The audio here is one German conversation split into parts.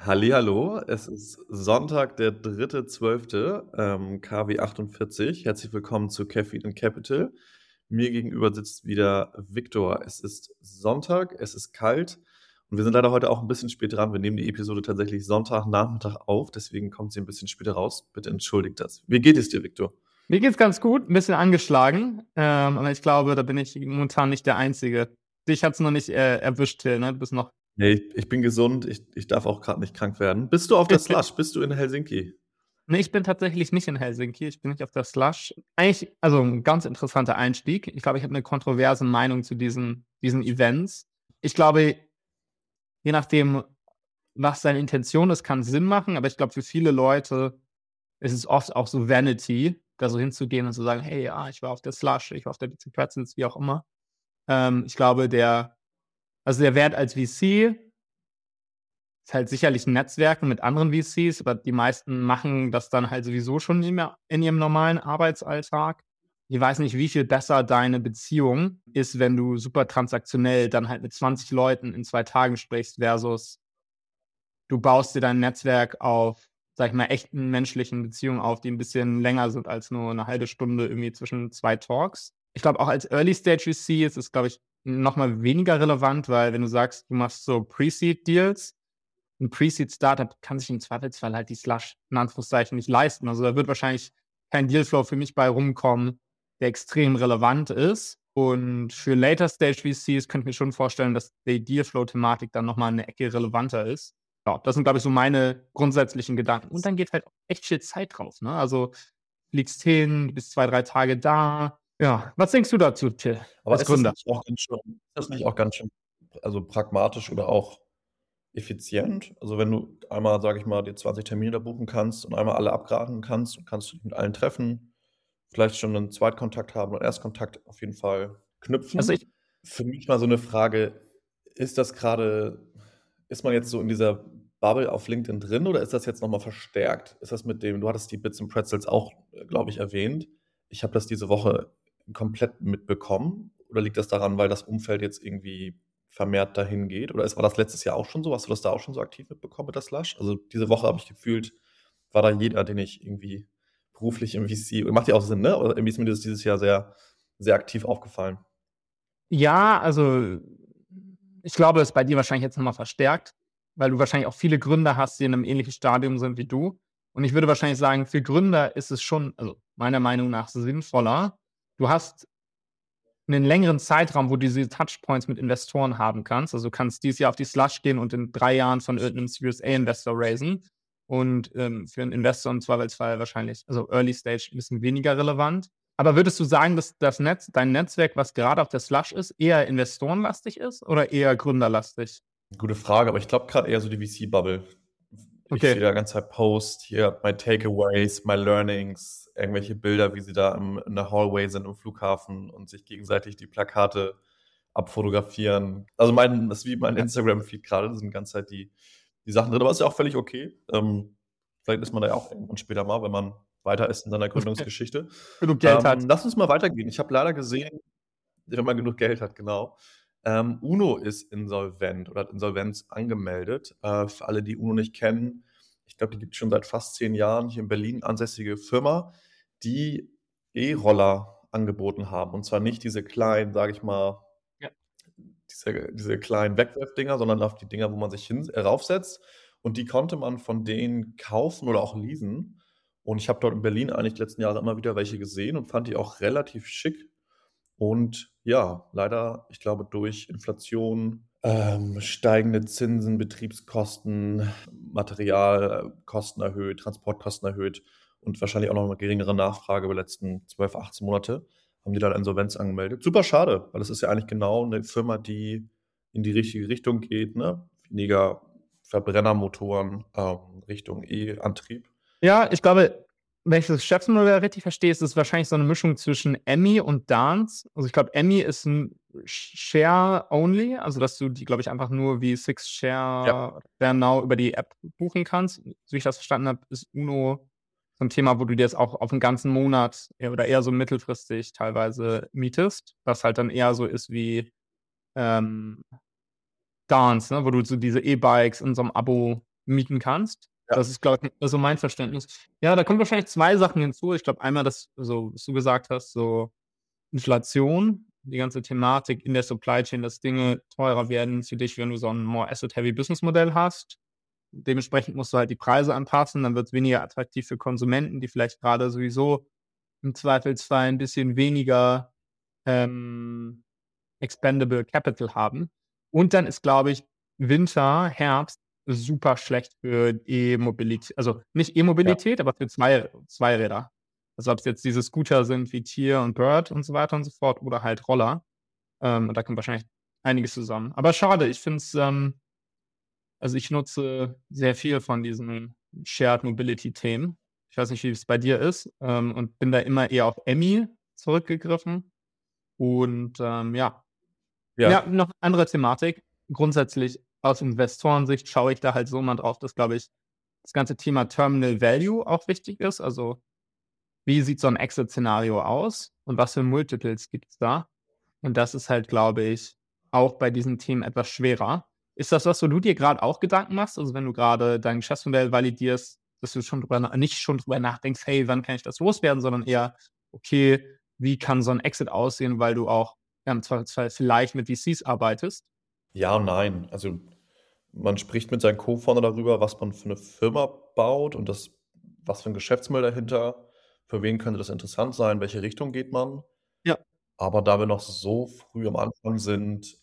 Hallihallo, es ist Sonntag, der 3.12., KW 48. Herzlich willkommen zu Caffeine and Capital. Mir gegenüber sitzt wieder Viktor. Es ist Sonntag, es ist kalt und wir sind leider heute auch ein bisschen spät dran. Wir nehmen die Episode tatsächlich Sonntagnachmittag auf, deswegen kommt sie ein bisschen später raus. Bitte entschuldigt das. Wie geht es dir, Viktor? Mir geht's ganz gut, ein bisschen angeschlagen, aber ich glaube, da bin ich momentan nicht der Einzige. Dich hat's noch nicht erwischt, Till, ne? Du bist noch. Nee, ich bin gesund, ich darf auch gerade nicht krank werden. Bist du auf der Slush? Bist du in Helsinki? Ne, ich bin tatsächlich nicht in Helsinki, ich bin nicht auf der Slush. Eigentlich also 'n ganz interessanter Einstieg. Ich glaube, ich habe 'ne kontroverse Meinung zu diesen Events. Ich glaube, je nachdem, was deine Intention ist, kann Sinn machen, aber ich glaube, für viele Leute ist es oft auch so Vanity, da so hinzugehen und zu sagen: „Hey, ja, ich war auf der Slush, ich war auf der Bitsy Pretzels“, wie auch immer. Ich glaube, der Wert als VC ist halt sicherlich 'n Netzwerken mit anderen VCs, aber die meisten machen das dann halt sowieso schon in ihrem normalen Arbeitsalltag. Ich weiß nicht, wie viel besser deine Beziehung ist, wenn du super transaktionell dann halt mit 20 Leuten in 2 Tagen sprichst versus du baust dir dein Netzwerk auf, sage ich mal, echten menschlichen Beziehungen auf, die 'n bisschen länger sind als nur 'ne halbe Stunde irgendwie zwischen 2 Talks. Ich glaube, auch als Early Stage VC ist es, glaube ich, noch mal weniger relevant, weil wenn du sagst, du machst so Pre-Seed Deals, 'n Pre-Seed-Startup kann sich im Zweifelsfall halt die Slush in Anführungszeichen nicht leisten. Also, da wird wahrscheinlich kein Dealflow für mich bei rumkommen, der extrem relevant ist. Und für Later Stage VCs könnte ich mir schon vorstellen, dass die Dealflow-Thematik dann noch mal 'ne Ecke relevanter ist. Ja, das sind, glaube ich, so meine grundsätzlichen Gedanken. Und dann geht halt auch echt viel Zeit drauf, ne? Also, fliegst hin, bist 2, 3 Tage da. Ja, was denkst du dazu, Till, Aber als ist das Gründer? nicht auch ganz schön, also, pragmatisch oder auch effizient? Also, wenn du einmal, sage ich mal, dir 20 Termine da buchen kannst und einmal alle abgrasen kannst und kannst dich mit allen treffen, vielleicht schon 'nen Zweitkontakt haben oder Erstkontakt auf jeden Fall Also, knüpfen. ich Für mich mal so 'ne Frage, ist das grade ist man jetzt so in dieser Bubble auf LinkedIn drin oder ist das jetzt noch mal verstärkt? Ist das mit dem du hattest die Bits and Pretzels auch, glaube ich, erwähnt. Ich habe das diese Woche komplett mitbekommen oder liegt das daran, weil das Umfeld jetzt irgendwie vermehrt dahin geht? Oder war das letztes Jahr auch schon so? Hast du das da auch schon so aktiv mitbekommen mit der Slush? Also, diese Woche habe ich gefühlt, war da jeder, den ich irgendwie beruflich im VC macht ja auch Sinn, ne? Oder irgendwie ist mir das dieses Jahr sehr, sehr aktiv aufgefallen. Ja, also, ich glaube, das ist bei dir wahrscheinlich jetzt noch mal verstärkt, weil du wahrscheinlich auch viele Gründer hast, die in 'nem ähnlichen Stadium sind wie du. Und ich würde wahrscheinlich sagen, für Gründer ist es schon, also, meiner Meinung nach sinnvoller. Du hast 'nen längeren Zeitraum, wo du diese Touchpoints mit Investoren haben kannst. Also, du kannst dieses Jahr auf die Slush gehen und in 3 Jahren von irgend 'nem Series A Investor raisen. Und, für 'n Investor im Zweifelsfall wahrscheinlich, also, Early Stage 'n bisschen weniger relevant. Aber würdest du sagen, dass dein Netzwerk, was gerade auf der Slush ist, eher investorenlastig ist oder eher gründerlastig? Gute Frage, aber ich glaube grad eher so die VC-Bubble. Ich sehe Okay. da ganze Zeit Posts, hier my takeaways, my learnings, irgendwelche Bilder, wie sie da in der Hallway sind im Flughafen und sich gegenseitig die Plakate abfotografieren. Also, das ist wie mein Ja. Instagram-Feed grade, da sind ganze Zeit die Sachen drin, aber ist ja auch völlig okay. Vielleicht ist man da ja auch irgendwann später mal, wenn man weiter ist in seiner Gründungsgeschichte. Genug Geld hat. Lass uns mal weitergehen. Ich habe leider gesehen, wenn man genug Geld hat, genau. UNO ist insolvent oder hat Insolvenz angemeldet. Für alle, die UNO nicht kennen, ich glaube, die gibt's schon seit fast 10 Jahren, hier in Berlin ansässige Firma, die E-Roller angeboten haben. Und zwar nicht diese kleinen, sage ich mal, Ja. diese kleinen Wegwerfdinger, sondern auf die Dinger, wo man sich raufsetzt. Und die konnte man von denen kaufen oder auch leasen. Und ich habe dort in Berlin eigentlich die letzten Jahre immer wieder welche gesehen und fand die auch relativ schick. Und ja, leider, ich glaube, durch Inflation, steigende Zinsen, Betriebskosten, Materialkosten erhöht, Transportkosten erhöht und wahrscheinlich auch noch 'ne geringere Nachfrage über die letzten 12, 18 Monate, haben die dann Insolvenz angemeldet. Super schade, weil das ist ja eigentlich genau 'ne Firma, die in die richtige Richtung geht, ne? Weniger Verbrennermotoren, Richtung E-Antrieb. Ja, ich glaube, wenn ich das Geschäftsmodell richtig verstehe, ist es wahrscheinlich so 'ne Mischung zwischen Emmi und Dance. Also, ich glaube, Emmi ist 'n Share only, also, dass du die, glaube ich, einfach nur wie Six Ja. Share Now über die App buchen kannst. So wie ich das verstanden habe, ist UNO so 'n Thema, wo du dir das auch auf 'n ganzen Monat oder eher so mittelfristig teilweise mietest, was halt dann eher so ist wie, ähm, Dance, ne, wo du so diese E-Bikes in so 'nem Abo mieten kannst. Ja. Das ist, glaube ich, so mein Verständnis. Ja, da kommen wahrscheinlich 2 Sachen hinzu. Ich glaube, einmal das, so was du gesagt hast, so Inflation, die ganze Thematik in der Supply Chain, dass Dinge teurer werden für dich, wenn du so 'n more asset-heavy Businessmodell hast. Dementsprechend musst du halt die Preise anpassen, dann wird's weniger attraktiv für Konsumenten, die vielleicht grade sowieso im Zweifelsfall 'n bisschen weniger, ähm, expendable Capital haben. Und dann ist, glaube ich, Winter, Herbst super schlecht für also nicht Ja. E-Mobilität, aber für Zweiräder. Also ob's jetzt diese Scooter sind wie Tier und Bird und so weiter und so fort oder halt Roller. Und da kommt wahrscheinlich einiges zusammen. Aber schade, ich finde es, also ich nutze sehr viel von diesen Shared Mobility Themen. Ich weiß nicht, wie es bei dir ist, und bin da immer eher auf Emmi zurückgegriffen. Und, ja. Ja, Ja. noch andere Thematik. Grundsätzlich aus Investorensicht schaue ich da halt so mal drauf, dass, glaube ich, das ganze Thema Terminal Value auch wichtig ist. Also, wie sieht so 'n Exit-Szenario aus und was für Multiples gibt's da? Und das ist halt, glaube ich, auch bei diesen Themen etwas schwerer. Ist das was, wo du dir grad auch Gedanken machst? Also, wenn du grade dein Geschäftsmodell validierst, dass du schon nicht schon drüber nachdenkst: „Hey, wann kann ich das loswerden?“, sondern eher: „Okay, wie kann so 'n Exit aussehen?“, weil du auch, ja, im Zweifelsfall vielleicht mit VCs arbeitest? Ja und nein. Also, man spricht mit seinen Co-Founder darüber, was man für 'ne Firma baut und was für 'n Geschäftsmodell dahinter, für wen könnte das interessant sein, welche Richtung geht man. Ja, Aber da wir noch so früh am Anfang sind,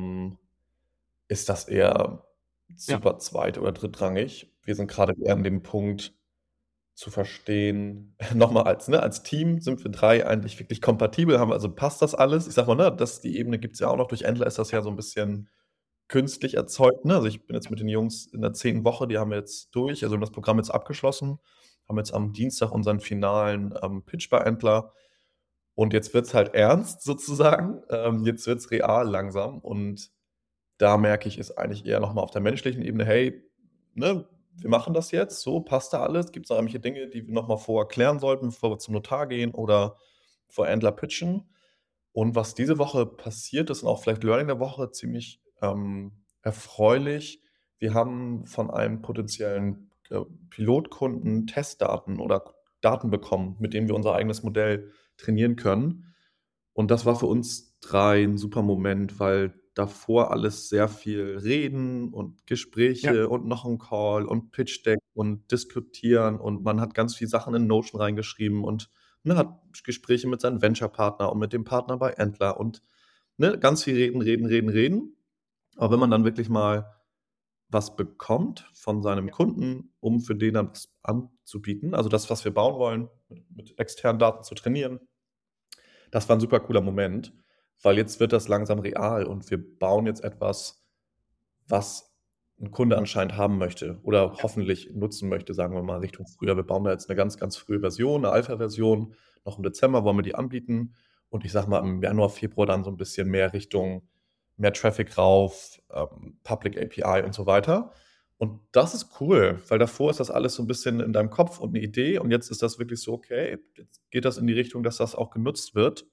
ist das eher ja, super zweit oder drittrangig. Wir sind grade eher an dem Punkt zu verstehen noch mal als Team sind wir 3 eigentlich wirklich kompatibel, also passt das alles? Ich sage mal, ne, die Ebene gibt's ja auch noch. Durch Endler ist das ja so 'n bisschen künstlich erzeugt, ne? Also, ich bin jetzt mit den Jungs in der 10. Woche, die haben wir jetzt durch, also, wir haben das Programm jetzt abgeschlossen, haben jetzt am Dienstag unseren finalen, Pitch bei Endler und jetzt wird's halt ernst sozusagen. Jetzt wird's real langsam und da merke ich, ist eigentlich eher noch mal auf der menschlichen Ebene: „Hey, ne, wir machen das jetzt, so, passt da alles? Gibt's da irgendwelche Dinge, die wir noch mal vorher klären sollten, bevor wir zum Notar gehen oder vor Endler pitchen?“ Und was diese Woche passiert ist und auch vielleicht Learning der Woche ziemlich, erfreulich. Wir haben von einem potenziellen, Pilotkunden Testdaten oder Daten bekommen, mit denen wir unser eigenes Modell trainieren können. Und das war für uns 3 'n super Moment, weil davor alles sehr viel Reden und ja, Gespräche und noch 'n Call und Pitch Deck und diskutieren und man hat ganz viel Sachen in Notion reingeschrieben und, ne, hat Gespräche mit seinem Venture-Partner und mit dem Partner bei Entler und, ne, ganz viel reden, reden, reden, reden. Aber wenn man dann wirklich mal was bekommt von seinem Kunden, um für den dann was anzubieten, also das, was wir bauen wollen, mit externen Daten zu trainieren, das war 'n super cooler Moment, weil jetzt wird das langsam real und wir bauen jetzt etwas, was 'n Kunde anscheinend haben möchte oder ja, hoffentlich nutzen möchte, sagen wir mal Richtung Frühjahr. Wir bauen da jetzt 'ne ganz, ganz frühe Version, 'ne Alpha-Version. Noch im Dezember wollen wir die anbieten und ich sage mal, im Januar, Februar dann so 'n bisschen mehr Richtung mehr Traffic rauf, Public API und so weiter. Und das ist cool, weil davor ist das alles so 'n bisschen in deinem Kopf und 'ne Idee und jetzt ist das wirklich so: Okay, jetzt geht das in die Richtung, dass das auch genutzt wird.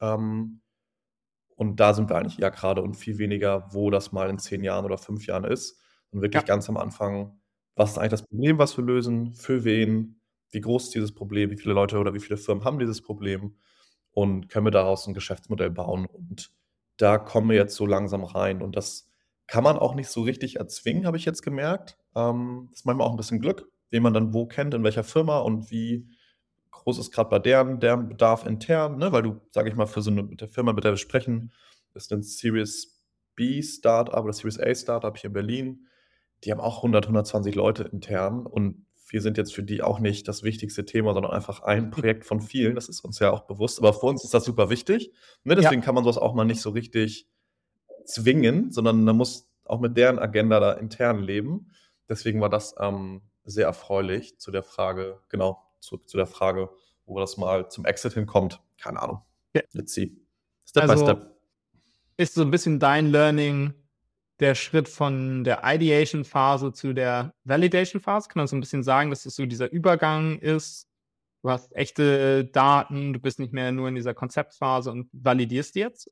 Und da sind wir eigentlich eher grade und viel weniger, wo das mal in 10 Jahren oder 5 Jahren ist und wirklich ja. ganz am Anfang, was ist eigentlich das Problem, was wir lösen, für wen, wie groß ist dieses Problem, wie viele Leute oder wie viele Firmen haben dieses Problem und können wir daraus 'n Geschäftsmodell bauen? Und da kommen wir jetzt so langsam rein und das kann man auch nicht so richtig erzwingen, habe ich jetzt gemerkt. Ist manchmal auch 'n bisschen Glück, wen man dann wo kennt, in welcher Firma und wie groß ist grad bei deren Bedarf intern, ne? Weil du, sage ich mal, für so 'ne mit der Firma, mit der wir sprechen, ist 'nen Series B Start-up oder Series A Start-up hier in Berlin. Die haben auch 120 Leute intern und wir sind jetzt für die auch nicht das wichtigste Thema, sondern einfach ein Projekt von vielen. Das ist uns ja auch bewusst, aber für uns ist das super wichtig, ne? Ja, Deswegen kann man so was auch mal nicht so richtig zwingen, sondern man muss auch mit deren Agenda da intern leben. Deswegen war das, sehr erfreulich zu der Frage genau, zurück zu der Frage, wo das mal zum Exit hinkommt. Keine Ahnung. ja. Let's see. Step by Also, step. ist so 'n bisschen dein Learning der Schritt von der Ideation-Phase zu der Validation-Phase? Kann man so 'n bisschen sagen, dass es so dieser Übergang ist? Du hast echte Daten, du bist nicht mehr nur in dieser Konzeptphase und validierst jetzt?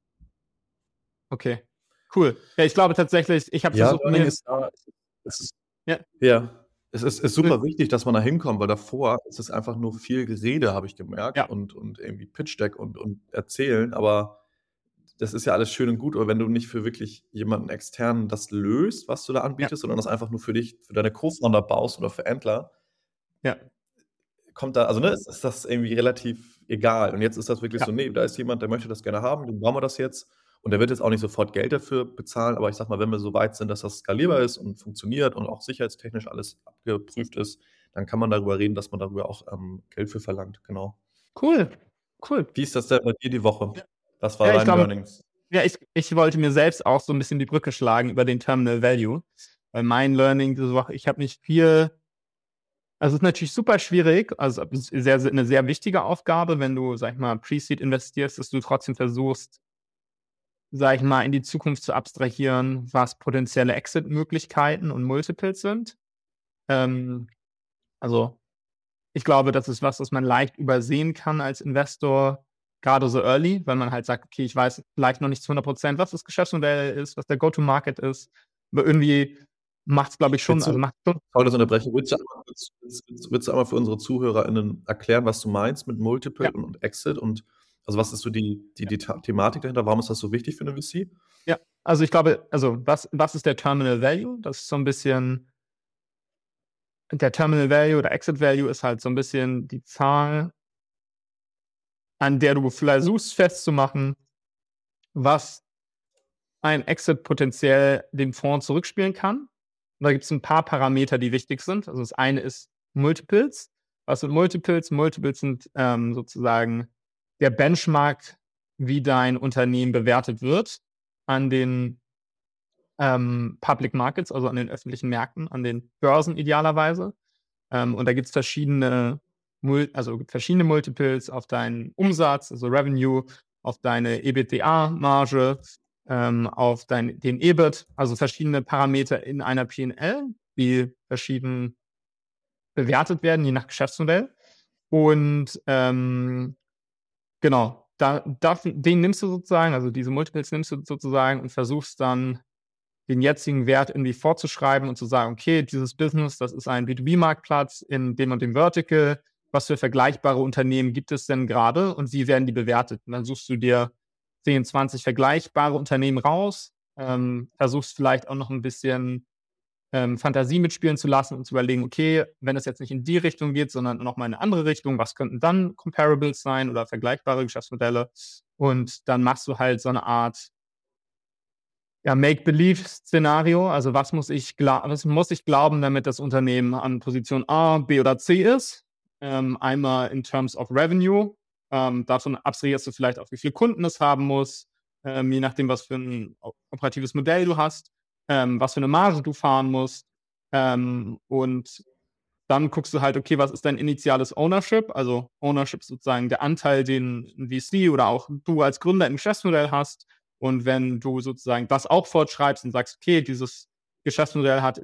Okay, cool. Ja, ich glaube tatsächlich, ich habe Ja, versucht, Learning mir ist da. Es ist ja, ja. Es ist super wichtig, dass man da hinkommt, weil davor ist es einfach nur viel Gerede, habe ich gemerkt, Ja, und irgendwie Pitch Deck und Erzählen, aber das ist ja alles schön und gut, aber wenn du nicht für wirklich jemanden externen das löst, was du da ja, anbietest, sondern das einfach nur für dich, für deine Co-Founder baust oder für Entler, ja, kommt da, also, ne, ist das irgendwie relativ egal. Und jetzt ist das wirklich ja. so: „Ne, da ist jemand, der möchte das gerne haben, dem bauen wir das jetzt.“ Und der wird jetzt auch nicht sofort Geld dafür bezahlen, aber ich sage mal, wenn wir so weit sind, dass das skalierbar ist und funktioniert und auch sicherheitstechnisch alles abgeprüft ist, dann kann man darüber reden, dass man darüber auch, Geld für verlangt, genau. Cool, cool. Wie ist das denn bei dir die Woche? Ja, Was war ja, ich dein glaube, Learning? ja, ich wollte mir selbst auch so ein bisschen die Brücke schlagen über den Terminal Value, weil mein Learning diese Woche, ich habe nicht viel. Also, es ist natürlich super schwierig, also, es ist 'ne sehr wichtige Aufgabe, wenn du, sage ich mal, Pre-Seed investierst, dass du trotzdem versuchst, sage ich mal, in die Zukunft zu abstrahieren, was potenzielle Exit-Möglichkeiten und Multiples sind. Ähm, also, ich glaube, das ist was, was man leicht übersehen kann als Investor, grade so early, weil man halt sagt: „Okay, ich weiß vielleicht noch nicht zu 100%, was das Geschäftsmodell ist, was der Go-to-Market ist.“ Aber irgendwie macht's, glaube ich, schon, Willst also, du macht schon. Sorry, dass ich unterbreche. Willst du einmal für unsere ZuhörerInnen erklären, was du meinst mit Ja, Multiple und Exit und also, was ist so die Thematik dahinter? Warum ist das so wichtig für 'ne VC? ja. Also, ich glaube, also, was ist der Terminal Value? Das ist so ein bisschen der Terminal Value oder Exit Value ist halt so ein bisschen die Zahl, an der du versuchst festzumachen, was ein Exit potenziell dem Fonds zurückspielen kann. Und da gibt's 'n paar Parameter, die wichtig sind. Also, das eine ist Multiples. Was sind Multiples? Multiples sind, sozusagen der Benchmark, wie dein Unternehmen bewertet wird an den, Public Markets, also an den öffentlichen Märkten, an den Börsen idealerweise. Und da gibt's verschiedene Multiples auf deinen Umsatz, also Revenue, auf deine EBITDA-Marge, auf den EBIT, also verschiedene Parameter in einer P&L, die verschieden bewertet werden, je nach Geschäftsmodell. Und, genau, den nimmst du sozusagen, also diese Multiples nimmst du sozusagen und versuchst dann den jetzigen Wert irgendwie vorzuschreiben und zu sagen: „Okay, dieses Business, das ist ein B2B-Marktplatz in dem und dem Vertical. Was für vergleichbare Unternehmen gibt es denn gerade und wie werden die bewertet?“ Und dann suchst du dir 10, 20 vergleichbare Unternehmen raus, versuchst vielleicht auch noch ein bisschen, Fantasie mitspielen zu lassen und zu überlegen: „Okay, wenn es jetzt nicht in die Richtung geht, sondern noch mal in 'ne andere Richtung, was könnten dann Comparables sein oder vergleichbare Geschäftsmodelle?“ Und dann machst du halt so eine Art, ja, Make-Believe-Szenario, also was muss ich glauben, damit das Unternehmen an Position A, B oder C ist? Einmal in terms of Revenue, davon abstrahierst du vielleicht auch, wie viele Kunden es haben muss, je nachdem, was für ein operatives Modell du hast, was für eine Marge du fahren musst. Und dann guckst du halt, okay, was ist dein initiales Ownership? Also Ownership ist sozusagen der Anteil, den 'n VC oder auch du als Gründer im Geschäftsmodell hast. Und wenn du sozusagen das auch fortschreibst und sagst, okay, dieses Geschäftsmodell hat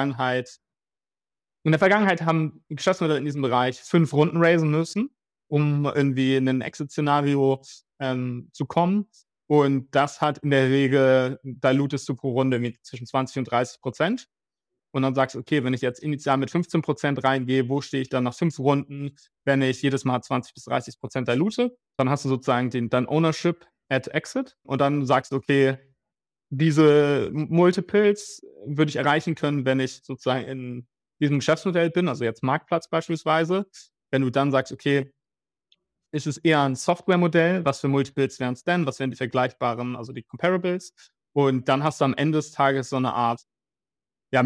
in der Vergangenheit haben Geschäftsmodelle in diesem Bereich 5 Runden raisen müssen, um irgendwie in 'nen Exit-Szenario, zu kommen. Und das hat in der Regel dilutest du pro Runde mit zwischen 20 und 30%. Und dann sagst du: „Okay, wenn ich jetzt initial mit 15% reingehe, wo stehe ich dann nach 5 Runden, wenn ich jedes Mal 20 bis 30% dilute?“ Dann hast du sozusagen dein Ownership at Exit und dann sagst du: „Okay, diese Multiples würde ich erreichen können, wenn ich sozusagen in diesem Geschäftsmodell bin“, also jetzt Marktplatz beispielsweise. Wenn du dann sagst: „Okay, ist es eher ein Softwaremodell? Was für Multiples wären es denn? Was wären die vergleichbaren, also die Comparables?“ Und dann hast du am Ende des Tages so eine Art, ja,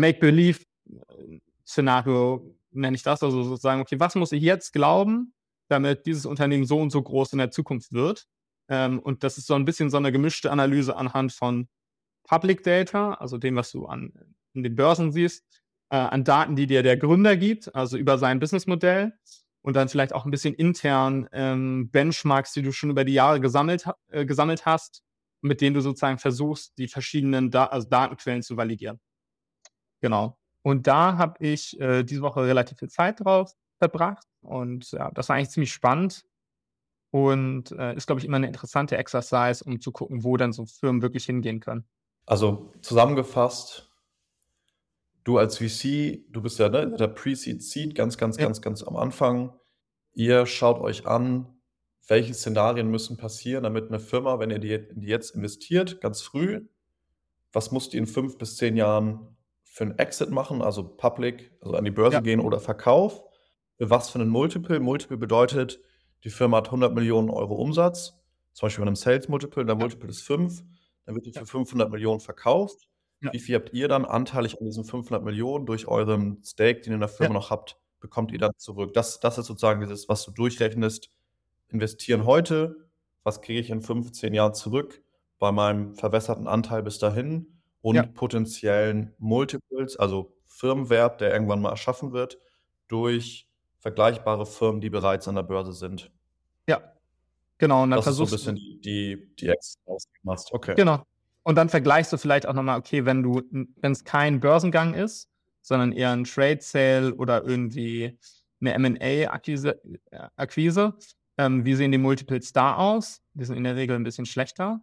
Make-Believe-Szenario nenne ich das. Also sozusagen, okay, was muss ich jetzt glauben, damit dieses Unternehmen so und so groß in der Zukunft wird? Und das ist so ein bisschen so eine gemischte Analyse anhand von Public Data, also dem, was du in den Börsen siehst, an Daten, die dir der Gründer gibt, also über sein Businessmodell und dann vielleicht auch ein bisschen intern, Benchmarks, die du schon über die Jahre gesammelt hast, mit denen du sozusagen versuchst, die verschiedenen Datenquellen zu validieren. Genau. Und da habe ich, diese Woche relativ viel Zeit drauf verbracht und ja, das war eigentlich ziemlich spannend und, ist, glaube ich, immer 'ne interessante Exercise, um zu gucken, wo dann so Firmen wirklich hingehen können. Also, zusammengefasst, du als VC, du bist ja, ne, der Pre-Seed, Seed, ganz Ja, am Anfang. Ihr schaut euch an, welche Szenarien müssen passieren, damit eine Firma, wenn ihr die jetzt investiert, ganz früh, was muss die in 5 bis 10 Jahren für einen Exit machen, also Public, also an die Börse ja, gehen oder Verkauf? Für was für einen Multiple? Multiple bedeutet, die Firma hat 100 Millionen Euro Umsatz, zum Beispiel bei einem Sales Multiple, der ja, Multiple ist 5, dann wird die ja, für 500 Millionen verkauft. ja, Wie viel habt ihr dann anteilig an diesen 500 Millionen durch euren Stake, den ihr in der ja, Firma noch habt, bekommt ihr dann zurück? Das ist sozusagen dieses, was du durchrechnest, investieren heute, was kriege ich in 15 Jahren zurück bei meinem verwässerten Anteil bis dahin ja, und potenziellen Multiples, also Firmenwert, der irgendwann mal erschaffen wird, durch vergleichbare Firmen, die bereits an der Börse sind. ja, genau. Und dann Das ist so ein versuchst bisschen du, die Exit machst. Okay. genau. Und dann vergleichst du vielleicht auch nochmal, okay, wenn es kein Börsengang ist, sondern eher ein Trade Sale oder irgendwie eine M&A-Akquise, wie sehen die Multiples da aus? Die sind in der Regel ein bisschen schlechter.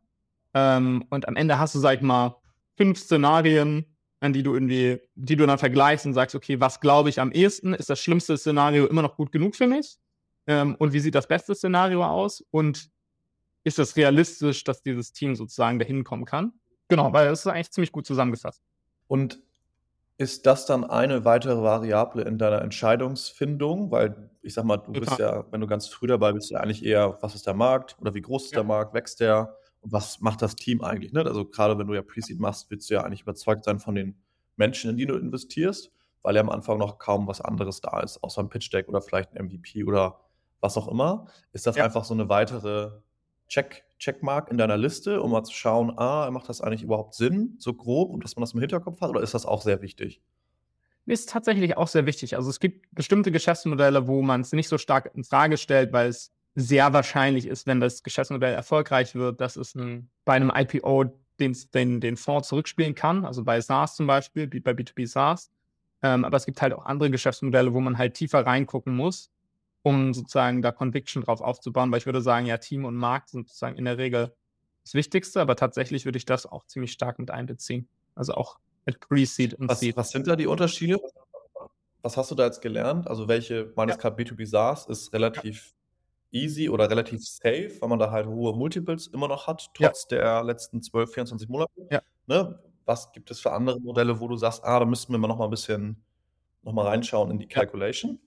Und am Ende hast du, sag ich mal, 5 Szenarien, die du dann vergleichst und sagst, okay, was glaube ich am ehesten? Ist das schlimmste Szenario immer noch gut genug für mich? Und wie sieht das beste Szenario aus? Und ist es realistisch, dass dieses Team sozusagen dahin kommen kann? Genau, weil das ist eigentlich ziemlich gut zusammengefasst. Und ist das dann eine weitere Variable in deiner Entscheidungsfindung? Weil ich sag mal, du bist Total. ja, wenn du ganz früh dabei bist, ja eigentlich eher, was ist der Markt oder wie groß ist Ja, der Markt, wächst der und was macht das Team eigentlich? Ne? Also gerade wenn du ja Pre-Seed machst, willst du ja eigentlich überzeugt sein von den Menschen, in die du investierst, weil ja am Anfang noch kaum was anderes da ist, außer ein Pitch-Deck oder vielleicht ein MVP oder was auch immer. Ist das ja. einfach so eine weitere Checkmark in deiner Liste, um mal zu schauen, macht das eigentlich überhaupt Sinn, so grob, und dass man das im Hinterkopf hat, oder ist das auch sehr wichtig? Ist tatsächlich auch sehr wichtig. Also es gibt bestimmte Geschäftsmodelle, wo man es nicht so stark in Frage stellt, weil es sehr wahrscheinlich ist, wenn das Geschäftsmodell erfolgreich wird, dass es bei einem IPO den Fonds zurückspielen kann. Also bei SaaS zum Beispiel, bei B2B SaaS. Aber es gibt halt auch andere Geschäftsmodelle, wo man halt tiefer reingucken muss, um sozusagen da Conviction drauf aufzubauen. Weil ich würde sagen, ja, Team und Markt sind sozusagen in der Regel das Wichtigste, aber tatsächlich würde ich das auch ziemlich stark mit einbeziehen. Also auch mit Pre-Seed und Seed. Was sind da die Unterschiede? Was hast du da jetzt gelernt? Also welche, Ja, meines gerade B2B SaaS ist ja, relativ easy oder relativ safe, weil man da halt hohe Multiples immer noch hat, ja, trotz der letzten 12, 24 Monate. ja. Ne? Was gibt es für andere Modelle, wo du sagst, da müssten wir mal noch mal ein bisschen noch mal reinschauen in die Ja. Calculation?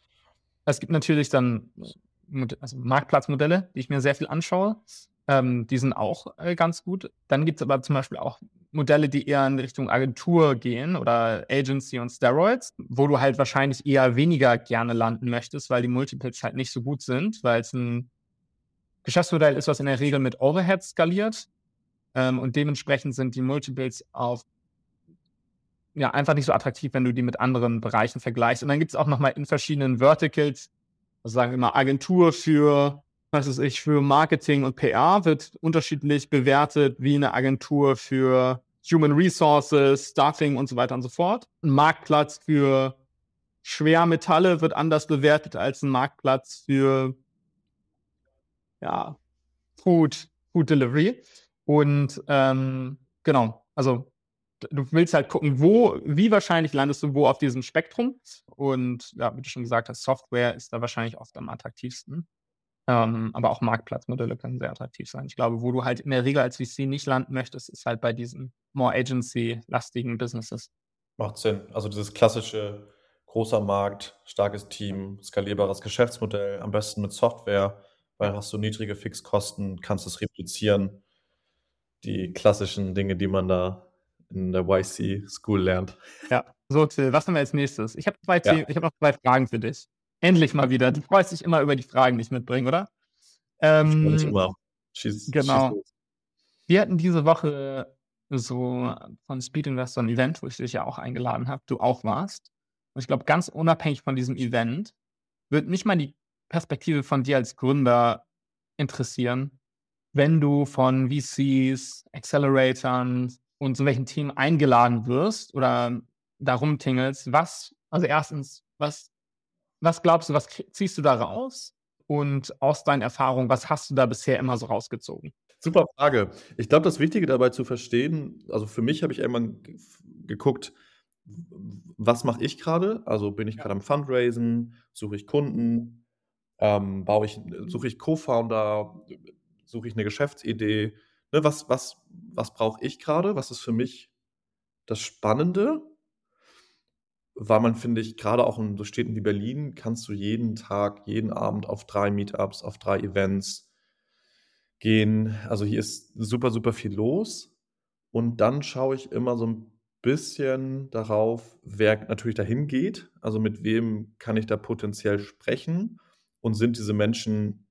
Es gibt natürlich dann also Marktplatzmodelle, die ich mir sehr viel anschaue. Die sind auch ganz gut. Dann gibt es aber zum Beispiel auch Modelle, die eher in Richtung Agentur gehen oder Agency und Steroids, wo du halt wahrscheinlich eher weniger gerne landen möchtest, weil die Multiples halt nicht so gut sind, weil es ein Geschäftsmodell ist, was in der Regel mit Overhead skaliert. Und dementsprechend sind die Multiples einfach nicht so attraktiv, wenn du die mit anderen Bereichen vergleichst. Und dann gibt es auch nochmal in verschiedenen Verticals, also sagen wir mal Agentur für, was weiß ich, für Marketing und PR wird unterschiedlich bewertet wie eine Agentur für Human Resources, Staffing und so weiter und so fort. Ein Marktplatz für Schwermetalle wird anders bewertet als ein Marktplatz für ja, Food Delivery. Und genau, also du willst halt gucken, wie wahrscheinlich landest du wo auf diesem Spektrum. Und ja, wie du schon gesagt hast, Software ist da wahrscheinlich oft am attraktivsten. Aber auch Marktplatzmodelle können sehr attraktiv sein. Ich glaube, wo du halt in der Regel als VC nicht landen möchtest, ist halt bei diesen more agency-lastigen Businesses. Macht Sinn. Also dieses klassische großer Markt, starkes Team, skalierbares Geschäftsmodell, am besten mit Software, weil hast du niedrige Fixkosten, kannst es replizieren. Die klassischen Dinge, die man da in der YC School lernt. Ja, so Till, was haben wir als nächstes? Ich habe Ja, ich hab noch 2 Fragen für dich. Endlich mal wieder. Du freust dich immer über die Fragen, die ich mitbringe, oder? ich freue mich Ähm, immer. Schieß genau. los. Wir hatten diese Woche so von Speed Investor ein Event, wo ich dich ja auch eingeladen habe, du auch warst. Und ich glaube, ganz unabhängig von diesem Event würde mich mal die Perspektive von dir als Gründer interessieren, wenn du von VCs, Acceleratoren und so welchen Themen eingeladen wirst oder da rumtingelst. Also erstens, was glaubst du, was ziehst du da raus? Und aus deinen Erfahrungen, was hast du da bisher immer so rausgezogen? Super Frage. Ich glaube, das Wichtige dabei zu verstehen, also für mich habe ich irgendwann geguckt, was mache ich gerade? Also, bin ich Ja. gerade am Fundraisen? Suche ich Kunden? Suche ich Co-Founder? Suche ich eine Geschäftsidee? Ne, was brauche ich gerade? Was ist für mich das Spannende? Weil man, finde ich, gerade auch in so Städten wie Berlin kannst du jeden Tag, jeden Abend auf 3 Meetups, auf 3 Events gehen. Also, hier ist super, super viel los. Und dann schaue ich immer so ein bisschen darauf, wer natürlich dahin geht. Also, mit wem kann ich da potenziell sprechen und sind diese Menschen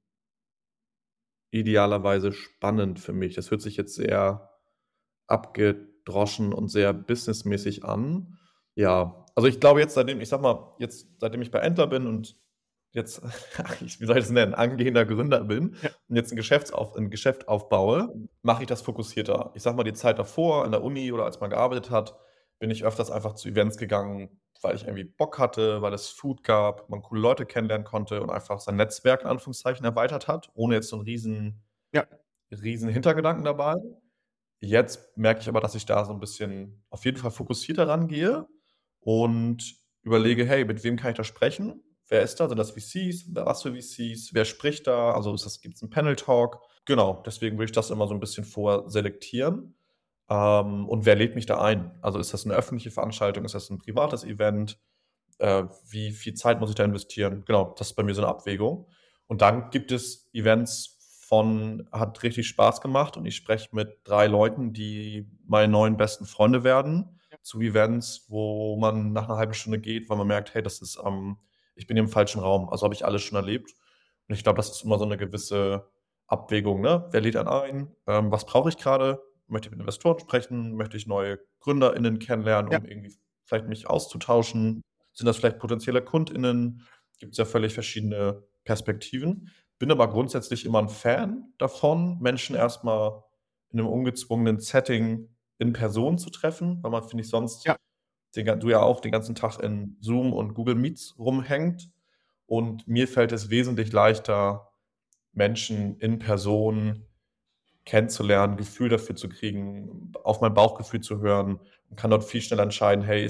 idealerweise spannend für mich? Das hört sich jetzt sehr abgedroschen und sehr businessmäßig an. Ja, also ich glaube jetzt, seitdem ich bei Entler bin und jetzt, wie soll ich das nennen, angehender Gründer bin Ja. und jetzt ein Geschäft aufbaue, mache ich das fokussierter. Ich sage mal, die Zeit davor an der Uni oder als man gearbeitet hat, bin ich öfters einfach zu Events gegangen, weil ich irgendwie Bock hatte, weil es Food gab, man coole Leute kennenlernen konnte und einfach sein Netzwerk in Anführungszeichen erweitert hat, ohne jetzt so 'n Ja. riesen Hintergedanken dabei. Jetzt merke ich aber, dass ich da so 'n bisschen auf jeden Fall fokussierter rangehe und überlege: „Hey, mit wem kann ich da sprechen? Wer ist da? Sind das VCs? Was für VCs? Wer spricht da? Also, gibt's 'n Panel Talk?“ Genau, deswegen würde ich das immer so 'n bisschen vorselektieren. Und wer lädt mich da ein? Also, ist das 'ne öffentliche Veranstaltung? Ist das 'n privates Event? Wie viel Zeit muss ich da investieren? Genau, das ist bei mir so 'ne Abwägung. Und dann gibt es Events von hat richtig Spaß gemacht und ich spreche mit 3 Leuten, die meine neuen besten Freunde werden, zu Events, wo man nach 'ner halben Stunde geht, weil man merkt: „Hey, ich bin hier im falschen Raum.“ Also, habe ich alles schon erlebt. Und ich glaube, das ist immer so 'ne gewisse Abwägung, ne? Wer lädt einen ein? Was brauche ich grade? Möchte ich mit Investoren sprechen? Möchte ich neue GründerInnen kennenlernen, Ja. um irgendwie vielleicht mich auszutauschen? Sind das vielleicht potenzielle KundInnen? Gibt's ja völlig verschiedene Perspektiven. Bin aber grundsätzlich immer 'n Fan davon, Menschen erst mal in 'nem ungezwungenen Setting in Person zu treffen, weil man, finde ich, sonst Ja. du ja auch den ganzen Tag in Zoom und Google Meets rumhängt. Und mir fällt es wesentlich leichter, Menschen in Person kennenzulernen, Gefühl dafür zu kriegen, auf mein Bauchgefühl zu hören und kann dort viel schneller entscheiden: „Hey,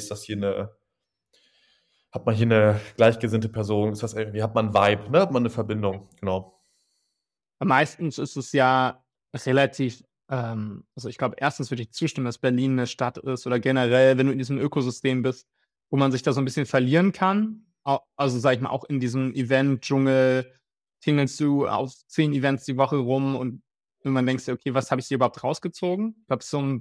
hat man hier 'ne gleichgesinnte Person? Ist das irgendwie hat man 'n Vibe, ne? Hat man 'ne Verbindung?“ Genau. Meistens ist es ja relativ, also, ich glaube, erstens würde ich zustimmen, dass Berlin 'ne Stadt ist oder generell, wenn du in diesem Ökosystem bist, wo man sich da so 'n bisschen verlieren kann. Also, sage ich mal, auch in diesem Event-Dschungel tingelst du auf 10 Events die Woche rum und irgendwann denkst du: „Okay, was habe ich hier überhaupt rausgezogen?“ Ich glaube,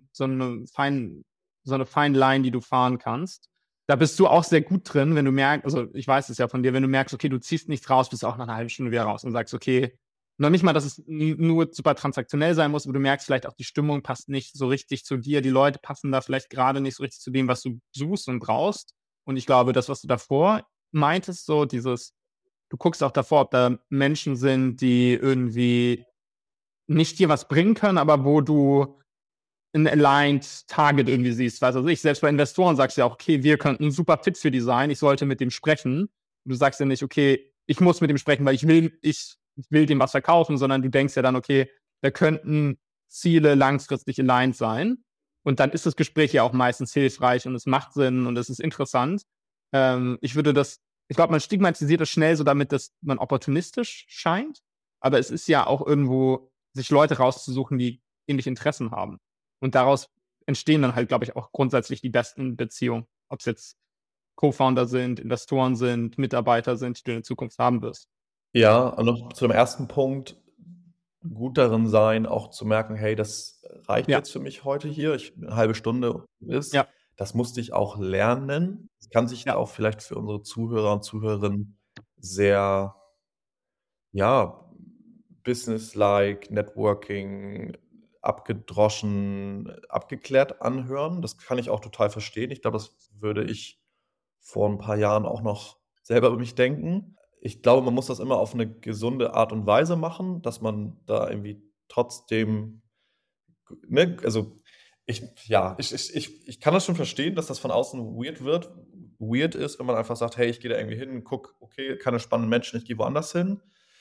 so 'ne fine Line, die du fahren kannst. Da bist du auch sehr gut drin, wenn du merkst, also, ich weiß es ja von dir, wenn du merkst, okay, du ziehst nichts raus, bist du auch nach 'ner halben Stunde wieder raus und sagst: „Okay“, noch nicht mal, dass es nur super transaktionell sein muss, aber du merkst vielleicht auch, die Stimmung passt nicht so richtig zu dir. Die Leute passen da vielleicht gerade nicht so richtig zu dem, was du suchst und brauchst. Und ich glaube, das, was du davor meintest, so dieses, du guckst auch davor, ob da Menschen sind, die irgendwie nicht dir was bringen können, aber wo du 'n aligned Target irgendwie siehst. Was weiß ich, selbst bei Investoren sagst du ja auch: „Okay, wir könnten 'n super Fit für die sein. Ich sollte mit dem sprechen.“ Und du sagst ja nicht: „Okay, ich muss mit dem sprechen, weil ich will dem was verkaufen“, sondern du denkst ja dann: „Okay, da könnten Ziele langfristig aligned sein.“ Und dann ist das Gespräch ja auch meistens hilfreich und es macht Sinn und es ist interessant. Ich glaube, man stigmatisiert das schnell so damit, dass man opportunistisch scheint, aber es ist ja auch irgendwo, sich Leute rauszusuchen, die ähnliche Interessen haben. Und daraus entstehen dann halt, glaube ich, auch grundsätzlich die besten Beziehungen. Ob's jetzt Co-Founder sind, Investoren sind, Mitarbeiter sind, die du in Zukunft haben wirst. Ja, und noch zu dem ersten Punkt, gut darin sein, auch zu merken: „Hey, das reicht Ja, jetzt für mich heute hier. 'Ne halbe Stunde ist.“ ja, Das musste ich auch lernen. Das kann sich ja, auch vielleicht für unsere Zuhörer und Zuhörerinnen sehr, ja, businesslike, Networking, abgedroschen, abgeklärt anhören. Das kann ich auch total verstehen. Ich glaube, das würde ich vor 'n paar Jahren auch noch selber über mich denken. Ich glaube, man muss das immer auf 'ne gesunde Art und Weise machen, dass man da irgendwie trotzdem, ne, also, ich kann das schon verstehen, dass das von außen weird ist, wenn man einfach sagt: „Hey, ich gehe da irgendwie hin, gucke, okay, keine spannenden Menschen, ich gehe woanders hin.“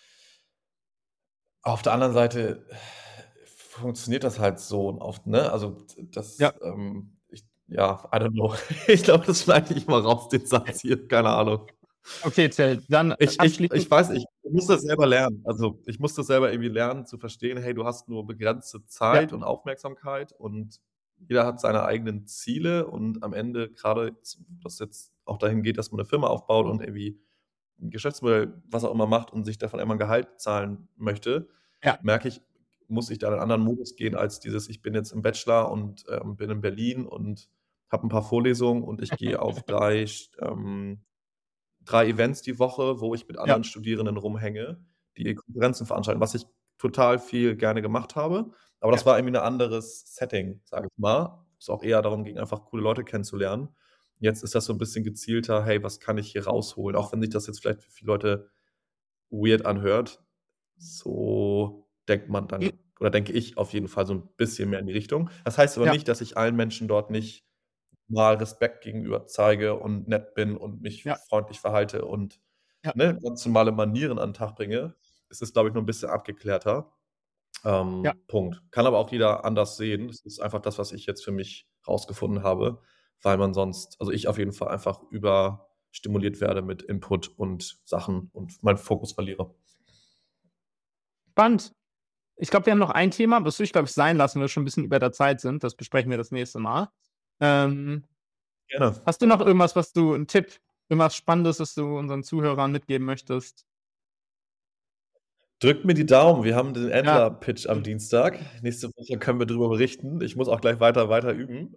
Auf der anderen Seite funktioniert das halt so oft, ne? Also, ja. Ja, I don't know. Ich glaube, das schneide ich mal raus, den Satz hier, keine Ahnung. Okay, Till, dann Ich abschließend. weiß nicht, ich muss das selber lernen. Also, ich muss das selber irgendwie lernen zu verstehen: „Hey, du hast nur begrenzte Ja, Zeit und Aufmerksamkeit und jeder hat seine eigenen Ziele.“ Und am Ende, grade jetzt, was jetzt auch dahin geht, dass man 'ne Firma aufbaut und irgendwie 'n Geschäftsmodell, was auch immer macht und sich davon einmal 'n Gehalt zahlen möchte, ja, merke ich, muss ich da in 'nen anderen Modus gehen als dieses: „Ich bin jetzt im Bachelor und, bin in Berlin und habe 'n paar Vorlesungen und ich gehe auf 3 Events die Woche, wo ich mit ja, anderen Studierenden rumhänge, die Konferenzen veranstalten“, was ich total viel gerne gemacht habe. Aber ja, das war irgendwie 'n anderes Setting, sage ich mal, wo's auch eher darum ging, einfach coole Leute kennenzulernen. Jetzt ist das so 'n bisschen gezielter: „Hey, was kann ich hier rausholen?“ Auch wenn sich das jetzt vielleicht für viele Leute weird anhört, so denkt man j dann oder denke ich auf jeden Fall so 'n bisschen mehr in die Richtung. Das heißt aber ja, nicht, dass ich allen Menschen dort nicht mal Respekt gegenüber zeige und nett bin und mich ja, freundlich verhalte und, ja, ne, ganz normale Manieren an 'n Tag bringe. Es ist, glaube ich, nur 'n bisschen abgeklärter. ja. Punkt. Kann aber auch jeder anders sehen. Das ist einfach das, was ich jetzt für mich rausgefunden habe, weil man sonst also, ich auf jeden Fall einfach überstimuliert werde mit Input und Sachen und meinen Fokus verliere. Spannend. Ich glaube, wir haben noch ein Thema, das würde ich, glaube ich, sein lassen, weil wir schon 'n bisschen über der Zeit sind. Das besprechen wir das nächste Mal. Ähm, Gerne. Hast du noch irgendwas, was du 'n Tipp, irgendwas Spannendes, das du unseren Zuhörern mitgeben möchtest? Drückt mir die Daumen. Wir haben den Ja, Adler-Pitch am Dienstag. Nächste Woche können wir drüber berichten. Ich muss auch gleich weiter üben.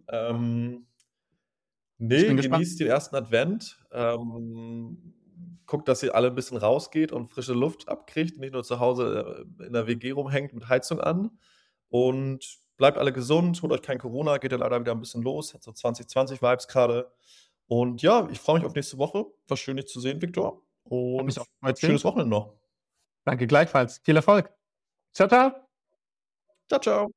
ich Ne, bin gespannt. genießt den ersten Advent. Guckt, dass ihr alle 'n bisschen rausgeht und frische Luft abkriegt, nicht nur zu Hause, in der WG rumhängt mit Heizung an. Und bleibt alle gesund, holt euch kein Corona, geht ja leider wieder 'n bisschen los, hat so 2020 Vibes grade. Und ja, ich freue mich auf nächste Woche. War schön, dich zu sehen, Viktor, Hat mich und auch gefreut, Till. schönes Wochenende noch. Danke gleichfalls. Viel Erfolg. Tschau, tschau. Tschau, tschau.